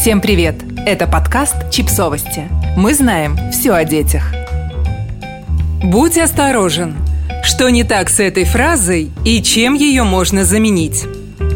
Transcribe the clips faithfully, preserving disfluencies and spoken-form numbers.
Всем привет! Это подкаст «Чипсовости». Мы знаем все о детях. Будь осторожен. Что не так с этой фразой и чем ее можно заменить?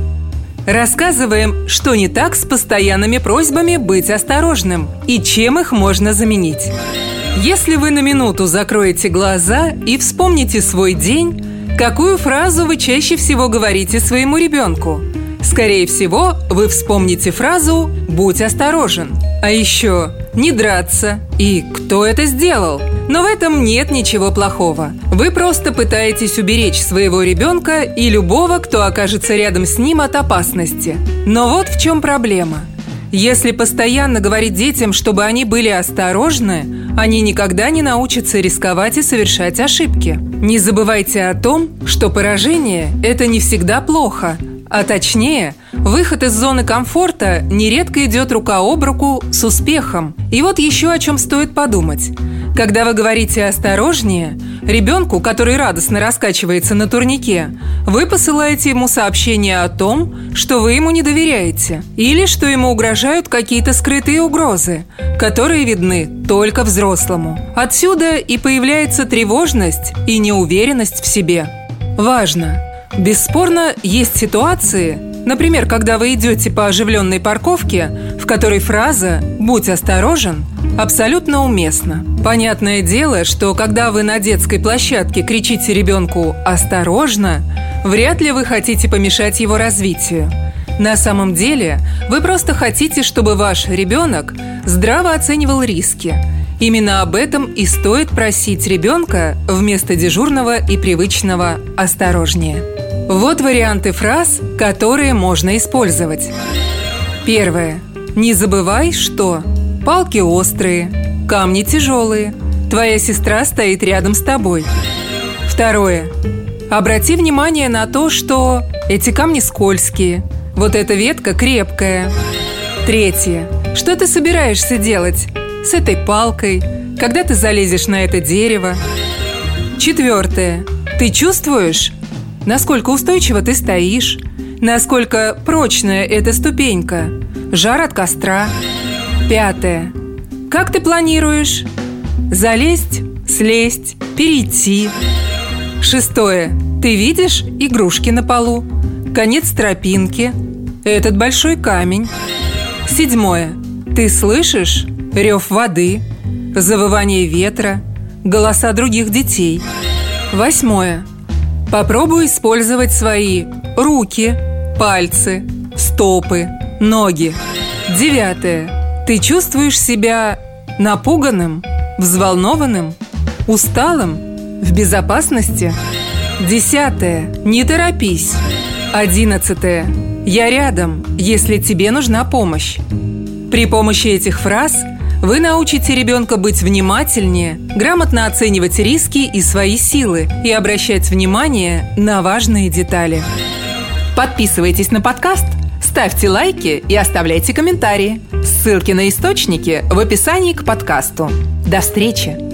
Рассказываем, что не так с постоянными просьбами быть осторожным и чем их можно заменить. Если вы на минуту закроете глаза и вспомните свой день, какую фразу вы чаще всего говорите своему ребенку? Скорее всего, вы вспомните фразу «будь осторожен». А еще «не драться» и «кто это сделал?». Но в этом нет ничего плохого. Вы просто пытаетесь уберечь своего ребенка и любого, кто окажется рядом с ним, от опасности. Но вот в чем проблема. Если постоянно говорить детям, чтобы они были осторожны, они никогда не научатся рисковать и совершать ошибки. Не забывайте о том, что поражение – это не всегда плохо. А точнее, выход из зоны комфорта нередко идет рука об руку с успехом. И вот еще о чем стоит подумать. Когда вы говорите «осторожнее», ребенку, который радостно раскачивается на турнике, вы посылаете ему сообщение о том, что вы ему не доверяете, или что ему угрожают какие-то скрытые угрозы, которые видны только взрослому. Отсюда и появляется тревожность и неуверенность в себе. Важно! Бесспорно, есть ситуации, например, когда вы идете по оживленной парковке, в которой фраза «будь осторожен» абсолютно уместна. Понятное дело, что когда вы на детской площадке кричите ребенку «осторожно», вряд ли вы хотите помешать его развитию. На самом деле, вы просто хотите, чтобы ваш ребенок здраво оценивал риски. Именно об этом и стоит просить ребенка вместо дежурного и привычного «осторожнее». Вот варианты фраз, которые можно использовать. Первое. Не забывай, что палки острые, камни тяжелые, твоя сестра стоит рядом с тобой. Второе. Обрати внимание на то, что эти камни скользкие, вот эта ветка крепкая. Третье. Что ты собираешься делать с этой палкой, когда ты залезешь на это дерево? Четвертое. Ты чувствуешь, насколько устойчиво ты стоишь, насколько прочная эта ступенька, жар от костра. Пятое. Как ты планируешь залезть, слезть, перейти? Шестое. Ты видишь игрушки на полу, конец тропинки, этот большой камень. Седьмое. Ты слышишь рев воды, завывание ветра, голоса других детей. Восьмое. Попробуй использовать свои руки, пальцы, стопы, ноги. Девятое. Ты чувствуешь себя напуганным, взволнованным, усталым, в безопасности? Десятое. Не торопись. Одиннадцатое. Я рядом, если тебе нужна помощь. При помощи этих фраз вы научите ребенка быть внимательнее, грамотно оценивать риски и свои силы и обращать внимание на важные детали. Подписывайтесь на подкаст, ставьте лайки и оставляйте комментарии. Ссылки на источники в описании к подкасту. До встречи!